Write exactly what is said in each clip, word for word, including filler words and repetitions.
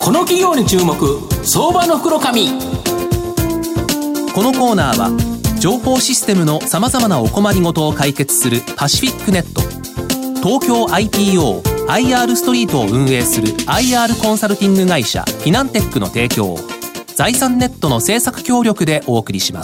この企業に注目、相場の福の神。 このコーナーは情報システムのさまざまなお困りごとを解決するパシフィックネット、東京 アイピーオー アイアール ストリートを運営する アイアール コンサルティング会社フィナンテックの提供、財産ネットの制作協力でお送りします。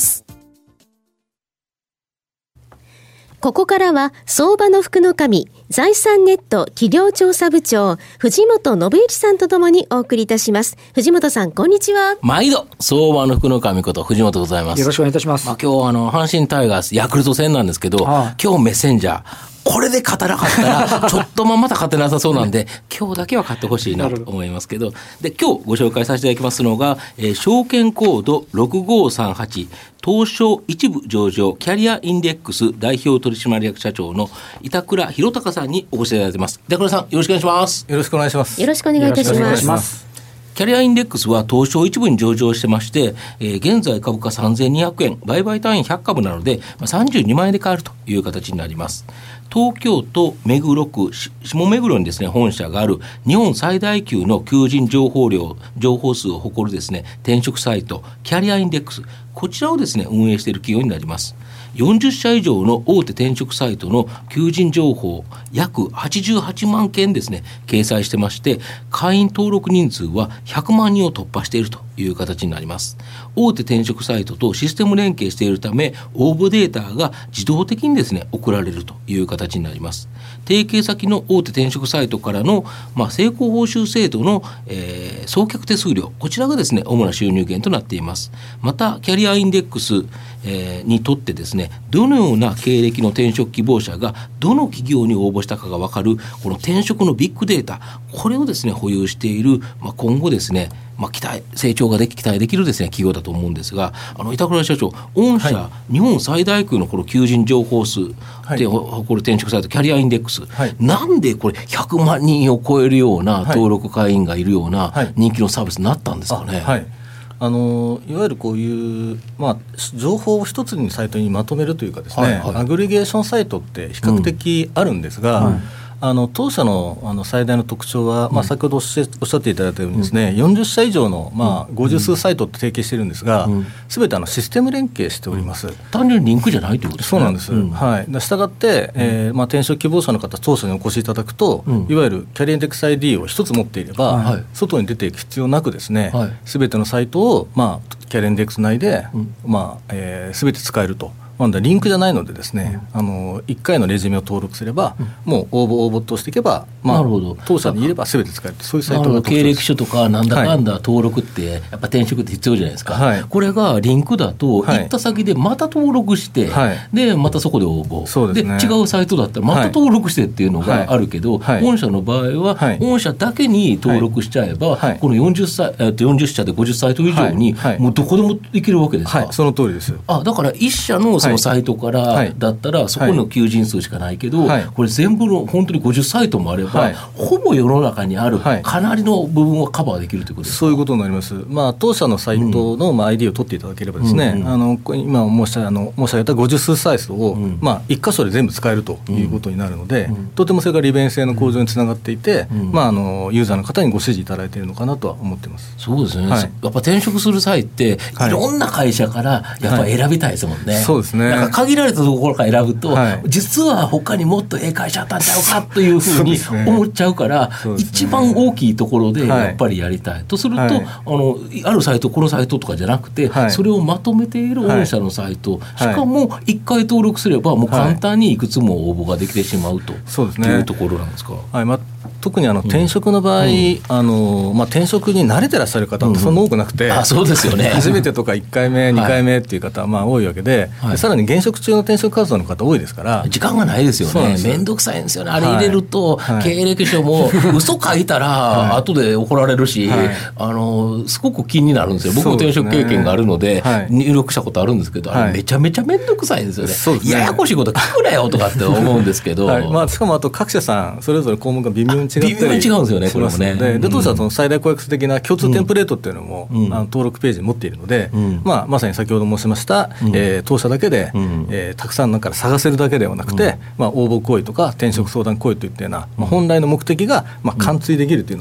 ここからは相場の福の神、財産ネット企業調査部長藤本信之さんとともにお送りいたします。藤本さん、こんにちは。 毎度相場の福の神こと藤本でございます。 よろしくお願いいたします。 まあ、今日あの阪神タイガースヤクルト戦なんですけど、ああ今日メッセンジャーこれで勝たなかったらちょっとままた勝てなさそうなんで今日だけは勝ってほしいなと思いますけど、で今日ご紹介させていただきますのが、えー、証券コードろくごさんはち東証一部上場キャリアインデックス代表取締役社長の板倉弘隆さんにお越しいただいています。板倉さん、よろしくお願いします。 よろしくお願いします。 よろしくお願いいたします。 キャリアインデックスは東証一部に上場してまして、えー、現在株価さんぜんにひゃくえん、売買単位ひゃくかぶなので、まあ、さんじゅうにまんえんで買えるという形になります。東京都目黒区下目黒にですね本社がある日本最大級の求人情報量情報数を誇るですね転職サイトキャリアインデックス、こちらをですね運営している企業になります。よんじゅっしゃ以上の大手転職サイトの求人情報約はちじゅうはちまんけんですね掲載してまして、会員登録人数はひゃくまんにんを突破しているという形になります。大手転職サイトとシステム連携しているため応募データが自動的にですね送られるという形になります。提携先の大手転職サイトからの、まあ、成功報酬制度の、えー、送客手数料、こちらがですね主な収入源となっています。またキャリアインデックス、えー、にとってですねどのような経歴の転職希望者がどの企業に応募したかが分かるこの転職のビッグデータ、これをですね保有している、まあ、今後ですねまあ、期待成長ができ期待できるですね企業だと思うんですが、あの板倉社長、御社、はい、日本最大級のこの求人情報数で誇る転職サイトキャリアインデックス、はい、なんでこれひゃくまんにんを超えるような登録会員がいるような人気のサービスになったんですかね。 はい、あのいわゆるこういう、まあ、情報を一つにサイトにまとめるというかですね、はいはい、アグリゲーションサイトって比較的あるんですが、うんはい、あの当社 の, あの最大の特徴は、まあ、先ほどおっしゃっていただいたようにですね、うん、よんじゅっしゃ以上の、まあ、ごじゅっすうサイトと提携しているんですが、すべ、うん、てあのシステム連携しております、うん、 単純にリンクじゃないということですね。 そうなんです、うんはい、したがって、えーまあ、転職希望者の方当社にお越しいただくと、うん、いわゆるキャリアインデックス アイディー を一つ持っていれば、はい、外に出ていく必要なくですね、すべ、はい、てのサイトを、まあ、キャリアインデックス内で、うんまあえー、全て使えると。まだリンクじゃないのでですね、うん、あのいっかいのレジュメを登録すれば、うん、もう応募応募としていけば、まあ、なるほど当社にいれば全て使える、そういうサイトが経歴書とかなんだかんだ登録って、はい、やっぱ転職って必要じゃないですか、はい、これがリンクだと行った先でまた登録して、はい、でまたそこで応募、そうですね、で違うサイトだったらまた登録してっていうのがあるけど、はいはい、御社の場合は、はい、御社だけに登録しちゃえば、はい、このよんじゅっさい、えっと、よんじゅっしゃでごじゅっサイト以上に、はいはい、もうどこでも行けるわけですか。 はい、その通りです。 あだからいっ社のそのサイトから、はいだったらそこの求人数しかないけど、はい、これ全部の本当にごじゅっサイトもあれば、はい、ほぼ世の中にあるかなりの部分をカバーできるということですか。 そういうことになります、まあ、当社のサイトの、まあ、アイディー を取っていただければですね、うんうん、あの今申し上げ、あの申し上げたごじゅっすうサイトを、うんまあ、いっ箇所で全部使えるということになるので、うん、とてもそれが利便性の向上につながっていて、うんまあ、あのユーザーの方にご支持いただいているのかなとは思っています。 そうですね、はい、やっぱ転職する際っていろんな会社からやっぱ選びたいですもんね、はい、 そうですね。 なんか限られたところから選ぶと、はい、実は他にもっとええ会社あったんちゃうかというふうに思っちゃうから、ね、一番大きいところでやっぱりやりたい、はい、とすると、はい、あのあるサイトこのサイトとかじゃなくて、はい、それをまとめている御社のサイト、はい、しかもいっかい登録すればもう簡単にいくつも応募ができてしまうと、はい、そうですね、いうところなんですか。 はい、まあ特にあの転職の場合、うんあのまあ、転職に慣れてらっしゃる方ってそんな多くなくて、うん、あそうですよね初めてとかいっかいめにかいめっていう方はまあ多いわけで、はい、でさらに現職中の転職活動の方多いですから時間がないですよね。めんどくさいんですよね。あれ入れると、はい、経歴書も嘘書いたら後で怒られるし、はい、あのすごく気になるんですよ。僕も転職経験があるので、はい、入力したことあるんですけど、はい、あれめちゃめちゃめんどくさいんですよね。そうですね、ややこしいこと書くなよとかって思うんですけど、 はいまあ、しかもあと各社さんそれぞれ項目が微妙に違ったり微妙に違うんですよね。これもねでで当社はその最大公約数的な共通テンプレートっていうのも、うん、あの登録ページに持っているので、うんまあ、まさに先ほど申しました、うんえー、当社だけで、うんえー、たくさんの中から探せるだけではなくて、うんまあ、応募行為とか転職相談行為といったような、まあ、本来の目的が、まあ、貫通できるというのが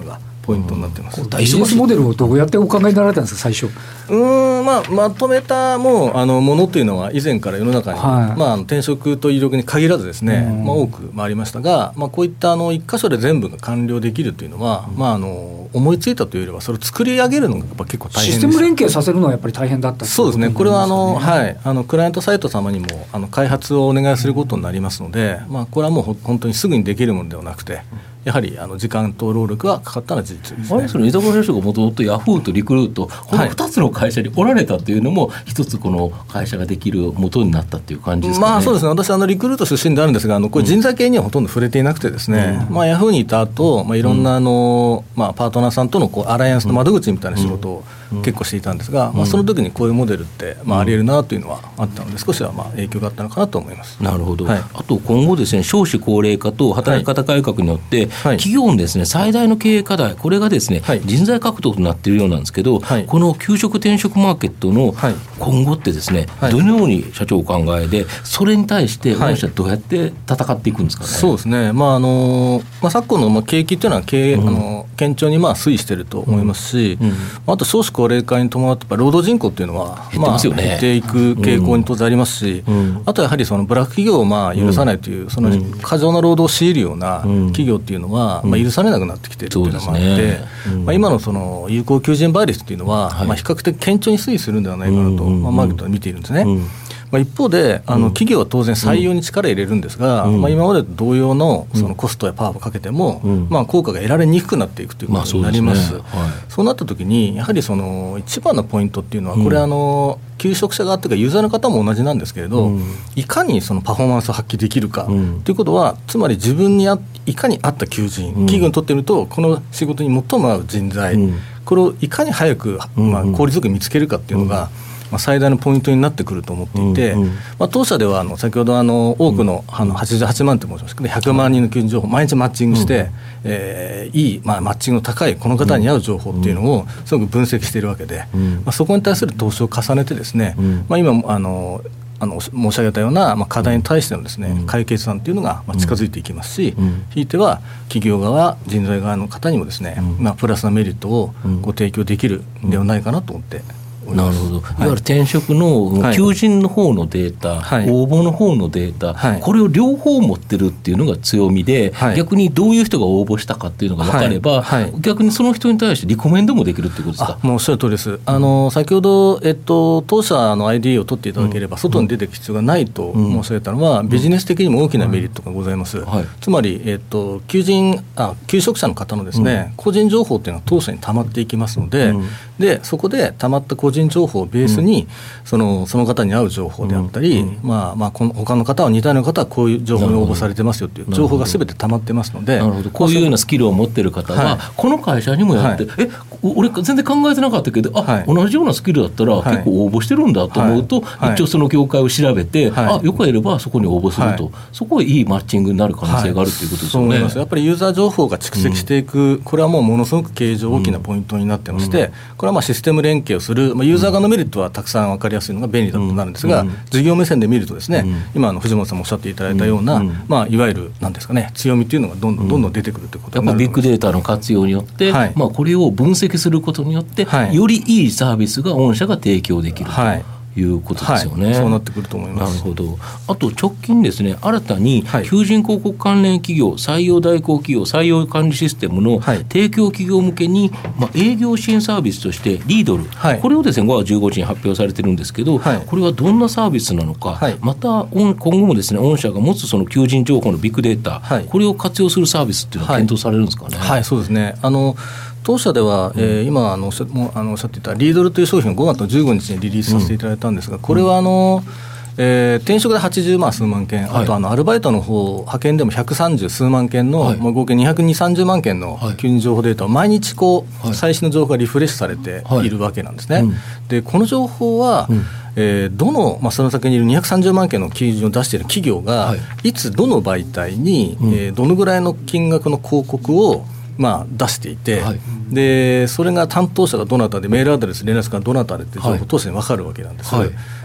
ポイントになっています。 うん、ビジネスモデルをどうやってお考えになられたんですか最初。 うーん、まあ、まとめたもうあのものというのは以前から世の中に、はいまあ、転職と移動に限らずですね、まあ、多くありましたが、まあ、こういったあの一箇所で全部が完了できるというのは、うんまあ、あの思いついたというよりはそれを作り上げるのがやっぱ結構大変です。 システム連携させるのはやっぱり大変だったってことですね。 そうですね。これはあの、はい、あのクライアントサイト様にもあの開発をお願いすることになりますので、まあ、これはもう本当にすぐにできるものではなくて、やはりあの時間と労力がかかったのは事実ですね。 あれその板倉社長がもともとヤフーとリクルートこのふたつの会社におられたというのも、はい、一つこの会社ができる元になったっていう感じですかね。 まあ、そうですね。私あのリクルート出身であるんですが、あのこれ人材系にはほとんど触れていなくてですね、うんまあ、ヤフーにいた後、まあいろんなあの、うんまあ、パートナーさんとのこうアライアンスの窓口みたいな仕事を結構していたんですが、うんまあ、その時にこういうモデルって、まあ、あり得るなというのはあったので、少しはまあ影響があったのかなと思います。 なるほど、 はい、 あと今後ですね、少子高齢化と働き方改革によって、はい、企業のですね最大の経営課題、これがですね、はい、人材獲得となっているようなんですけど、はい、この求職転職マーケットの今後ってですね、はい、どのように社長お考えで、それに対して御社はどうやって戦っていくんですかね。 はい、そうですね、まああのまあ、昨今のまあ景気というのは経営、うん、あの堅調にまあ推移していると思いますし、うんうん、あと少子高齢化に伴って労働人口というのは減ってますよね。 まあ、減っていく傾向に当然ありますし、うん、あとやはりそのブラック企業をまあ許さないという、うん、その過剰な労働を強いるような企業というのは、うんまあ、許されなくなってきているというのもあって、ねうんまあ、今のその有効求人倍率というのは、はいまあ、比較的堅調に推移するんではないかなと、うんまあ、マーケットは見ているんですね。うんまあ、一方であの企業は当然採用に力を入れるんですが、うんまあ、今までと同様 の, そのコストやパワーをかけても、うんまあ、効果が得られにくくなっていくということになります。まあ そうですね。はい、そうなったときにやはりその一番のポイントっていうのはこれ、うん、あの求職者側というかユーザーの方も同じなんですけれど、うん、いかにそのパフォーマンスを発揮できるか、うん、ということはつまり自分にあいかに合った求人、うん、企業にとってみるとこの仕事に最も合う人材、うん、これをいかに早く、まあ、効率よく見つけるかっていうのが、うんまあ、最大のポイントになってくると思っていて、うんうんまあ、当社ではあの先ほどあの多く の,、うん、あのはちじゅうはちまんと申しましたけどひゃくまんにんの求人情報を毎日マッチングして、うんえー、いい、まあ、マッチングの高いこの方に合う情報っていうのをすごく分析しているわけで、うんまあ、そこに対する投資を重ねてですね、うんまあ、今あのあの申し上げたような、まあ、課題に対してのですね、うん、解決案というのが、まあ、近づいていきますし、うん、ひいては企業側人材側の方にもですね、うんまあ、プラスなメリットをご提供できるんではないかなと思ってなるほど。いわゆる転職の求人の方のデータ、はい、応募の方のデータ、はい、これを両方持ってるっていうのが強みで、はい、逆にどういう人が応募したかっていうのが分かれば、はいはい、逆にその人に対してリコメンドもできるっていうことですか。 もうおっしゃる通りです。あの先ほど、えっと、当社の アイディー を取っていただければ、うん、外に出ていく必要がないと申し上げたのは、うん、ビジネス的にも大きなメリットがございます。はい、つまり、えっと、求人あ求職者の方のですね、うん、個人情報っていうのは当社に溜まっていきますので、うん、でそこで溜まった個人情報をベースに、うん、その、その方に合う情報であったり、うんまあまあ、この他の方は似たような方はこういう情報に応募されてますよという情報がすべて溜まってますので、 なるほど。こういうようなスキルを持っている方は、はい、この会社にもやって、はい、え俺全然考えてなかったけどあ、はい、同じようなスキルだったら結構応募してるんだと思うと、はい、一応その業界を調べて、はい、あよくやればそこに応募すると、はい、そこはいいマッチングになる可能性があるということですよね。はい、そう思います。 やっぱりユーザー情報が蓄積していく、うん、これはもうものすごく経営上大きなポイントになってまして、うん、これはまあシステム連携をする、まあ、ユーザー側のメリットはたくさん分かりやすいのが便利だとなるんですが、うん、事業目線で見るとですね、うん、今の藤本さんもおっしゃっていただいたような、うんまあ、いわゆるなんですかね、強みというのがどんどんどんどん出てくるということになる、 うん、やっぱビッグデータの活用によって、はいまあ、これを分析することによって、はい、よりいいサービスが御社が提供できると、はいいうことですよね。 はい、そうなってくると思います。 なるほど。あと直近ですね、新たに求人広告関連企業、採用代行企業、採用管理システムの提供企業向けに、まあ、営業支援サービスとしてリードル、はい、これをですねごがつじゅうごにちに発表されてるんですけど、はい、これはどんなサービスなのか、はい、また今後もですね御社が持つその求人情報のビッグデータ、はい、これを活用するサービスっていうのは検討されるんですかね。 はい、はい、そうですね。あの当社では、うんえー、今あのおっしゃっていたリードルという商品をごがつのじゅうごにちにリリースさせていただいたんですが、これはあの、えー、転職ではちじゅうまん数万件、はい、あとあのアルバイトの方派遣でもひゃくさんじゅうすうまんけんの、はいまあ、合計にひゃくにじゅう、さんじゅうまんけんの求人情報データを毎日こう、はい、最新の情報がリフレッシュされているわけなんですね。はいうん、でこの情報は、うんえー、どの、まあ、その先にいるにひゃくさんじゅうまんけんの求人を出している企業が、はい、いつどの媒体に、うんえー、どのぐらいの金額の広告をまあ、出していて、はい、でそれが担当者がどなたでメールアドレス連絡がどなたでって情報を当社に分かるわけなんです。はい、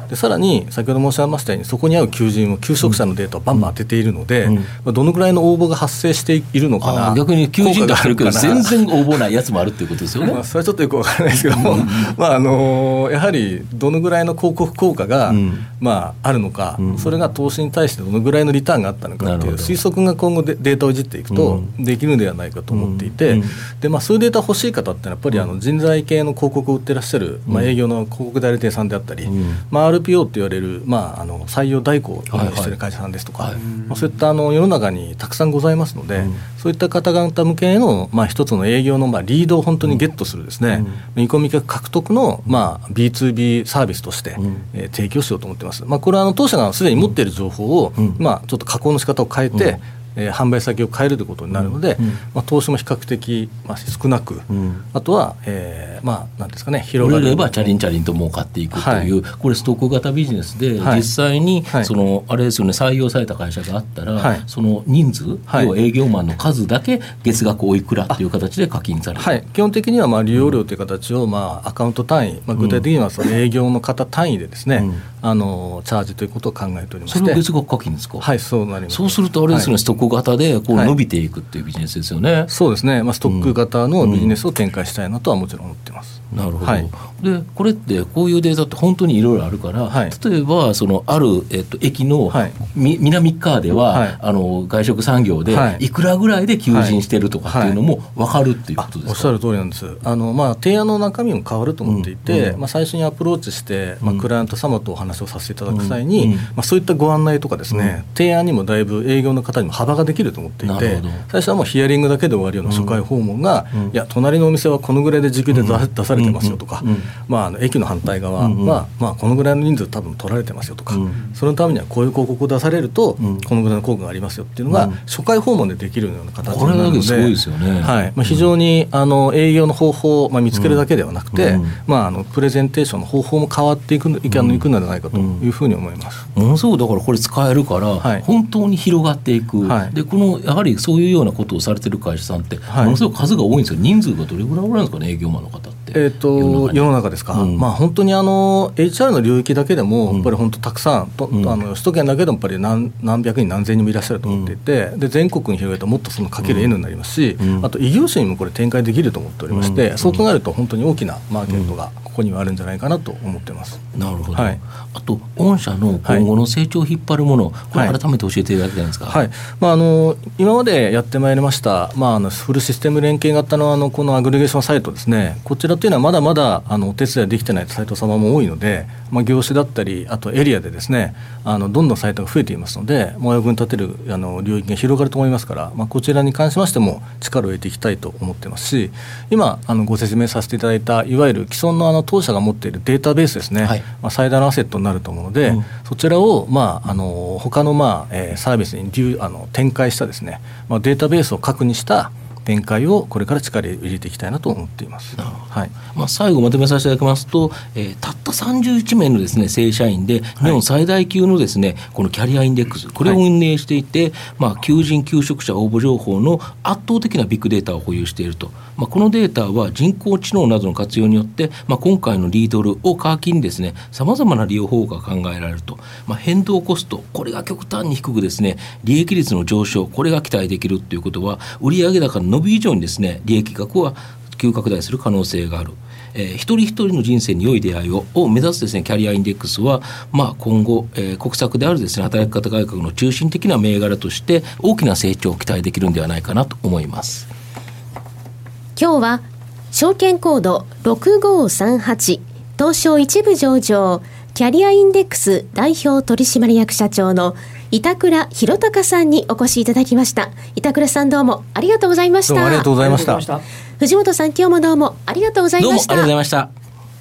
でさらに先ほど申し上げましたようにそこに合う求人を求職者のデータをバンバン当てているので、うんまあ、どのぐらいの応募が発生しているのかな、 逆に求人ってあるけど全然応募ないやつもあるっていうことですよね。 まあ、それはちょっとよくわからないですけども、うんまああのー、やはりどのぐらいの広告効果が、うんまあ、あるのか、うん、それが投資に対してどのぐらいのリターンがあったのかっていう推測が今後でデータをいじっていくとできるのではないかと思っていて、うんうんでまあ、そういうデータ欲しい方ってやっぱりあの人材系の広告を売ってらっしゃる、まあ、営業の広告代理店さんであったり、うんまあ、アールピーオー と言われる、まあ、あの採用代行をしている会社さんですとか、はいはいまあ、そういったあの世の中にたくさんございますので、うん、そういった方々向けの、まあ、一つの営業の、まあ、リードを本当にゲットするですね、うん、見込み客獲得の、まあ、ビーツービー サービスとして、うんえー、提供しようと思っています。まあ、これはあの当社がすでに持っている情報を、うんまあ、ちょっと加工の仕方を変えて、うんえー、販売先を変えるということになるので、うんまあ、投資も比較的、まあ、少なく、うん、あとは、えー、まあなんですかね広がる売れればチャリンチャリンと儲かっていくという、はい、これストック型ビジネスで、はい、実際にその、はい、あれですよね採用された会社があったら、はい、その人数、はい、要は営業マンの数だけ月額おいくらという形で課金される、 はい、基本的にはまあ利用料という形を、まあ、アカウント単位、まあ、具体的にはその営業の方単位でですね、うん、あのチャージということを考えておりまして、 それを月額課金ですか。 はいそうなります。 そうするとあれですね、はい、ストック型でこう伸びていくっていうビジネスですよね、はい、 そうですね、まあ、ストック型のビジネスを展開したいなとはもちろん思っています、 うん、なるほど、はい、でこれってこういうデータって本当にいろいろあるから、はい、例えばそのある、えっと、駅の、はい、南側では、はい、あの外食産業でいくらぐらいで求人してるとかっていうのも分かるっていうことですか。 おっしゃる通りなんです。あの、まあ、提案の中身も変わると思っていて、うんまあ、最初にアプローチして、まあ、クライアント様とお話をさせていただく際に、うんまあ、そういったご案内とかですね、うん、提案にもだいぶ営業の方にも幅ができると思っていて、最初はもうヒアリングだけで終わるような初回訪問が、うん、いや隣のお店はこのぐらいで時給で出されてますよとか、うんうんまあ、あの駅の反対側は、うんまあ、このぐらいの人数多分取られてますよとか、うん、そのためにはこういう広告を出されると、うん、このぐらいの効果がありますよっていうのが、うん、初回訪問でできるような形になるので、これだけすごいですよね、はいまあ、非常にあの営業の方法を、まあ、見つけるだけではなくて、うんまあ、あのプレゼンテーションの方法も変わっていく、いくのではないかというふうに思います、 うんうん、ものすごいだからこれ使えるから、はい、本当に広がっていく、はい、でこのやはりそういうようなことをされてる会社さんって、はい、ものすごい数が多いんですよ。人数がどれぐらいおられるんですかね、営業マンの方って。 えー、と世の, 世の中ですか、うんまあ、本当にあの エイチアール の領域だけでもやっぱり本当たくさん、うん、あの首都圏だけでもやっぱり 何, 何百人何千人もいらっしゃると思っていて、うん、で全国に広げたらもっとそのかける N になりますし、うん、あと異業種にもこれ展開できると思っておりまして、うん、そう考えると本当に大きなマーケットがここにはあるんじゃないかなと思ってます、 うん、なるほど、はい、あと御社の今後の成長を引っ張るもの、はい、これ改めて教えていただきたいんですか。 はいまあ、あの今までやってまいりました、まあ、あのフルシステム連携型 の, あのこのアグリゲーションサイトですね、こちらというのはまだまだあのお手伝いできてないサイト様も多いので、まあ、業種だったりあとエリアでですね、あのどんどんサイトが増えていますので、お役に立てるあの領域が広がると思いますから、まあ、こちらに関しましても力を入れていきたいと思ってますし、今あのご説明させていただいたいわゆる既存 の, あの当社が持っているデータベースですね、はいまあ、最大のアセットになると思うので、うん、そちらを、まあ、あの他の、まあえー、サービスにあの展開したですね、まあ、データベースを核にした展開をこれから力を入れていきたいなと思っています。はいまあ、最後まとめさせていただきますと、えー、たったさんじゅういちめいのですね正社員で日本最大級のですねこのキャリアインデックス、これを運営していて、はいまあ、求人求職者応募情報の圧倒的なビッグデータを保有していると、まあ、このデータは人工知能などの活用によって、まあ、今回のリードルを皮切りにですねさまざまな利用方法が考えられると、まあ、変動コストこれが極端に低くですね利益率の上昇これが期待できるということは、売上高の伸び以上にですね利益額は急拡大する可能性がある。えー、一人一人の人生に良い出会いをを目指すですねキャリアインデックスは、まあ、今後、えー、国策であるですね働き方改革の中心的な銘柄として大きな成長を期待できるんではないかなと思います。 今日は証券コードろくごさんはち東証一部上場キャリアインデックス代表取締役社長の板倉弘隆さんにお越しいただきました。板倉さんどうもありがとうございました。 どうもありがとうございました。 藤本さん今日もどうもありがとうございました。 どうもありがとうございました。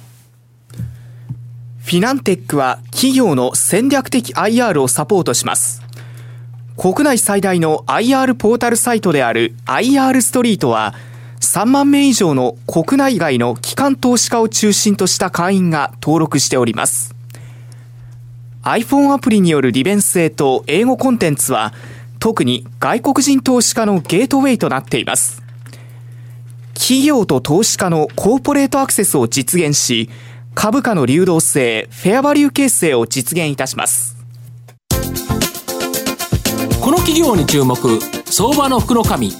フィナンテックは企業の戦略的 アイアール をサポートします。国内最大の アイアール ポータルサイトである アイアール ストリートはさんまんめい以上の国内外の機関投資家を中心とした会員が登録しております。iPhone アプリによる利便性と英語コンテンツは特に外国人投資家のゲートウェイとなっています。企業と投資家のコーポレートアクセスを実現し、 株価の流動性、フェアバリュー形成を実現いたします。 この企業に注目、相場の福の神。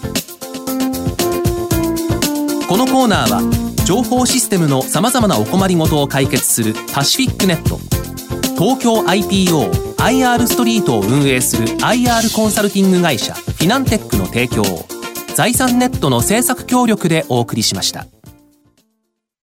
このコーナーは情報システムのさまざまなお困りごとを解決するパシフィックネット、東京 アイピーオー アイアール ストリートを運営する アイアール コンサルティング会社フィナンテックの提供を財産ネットの制作協力でお送りしました。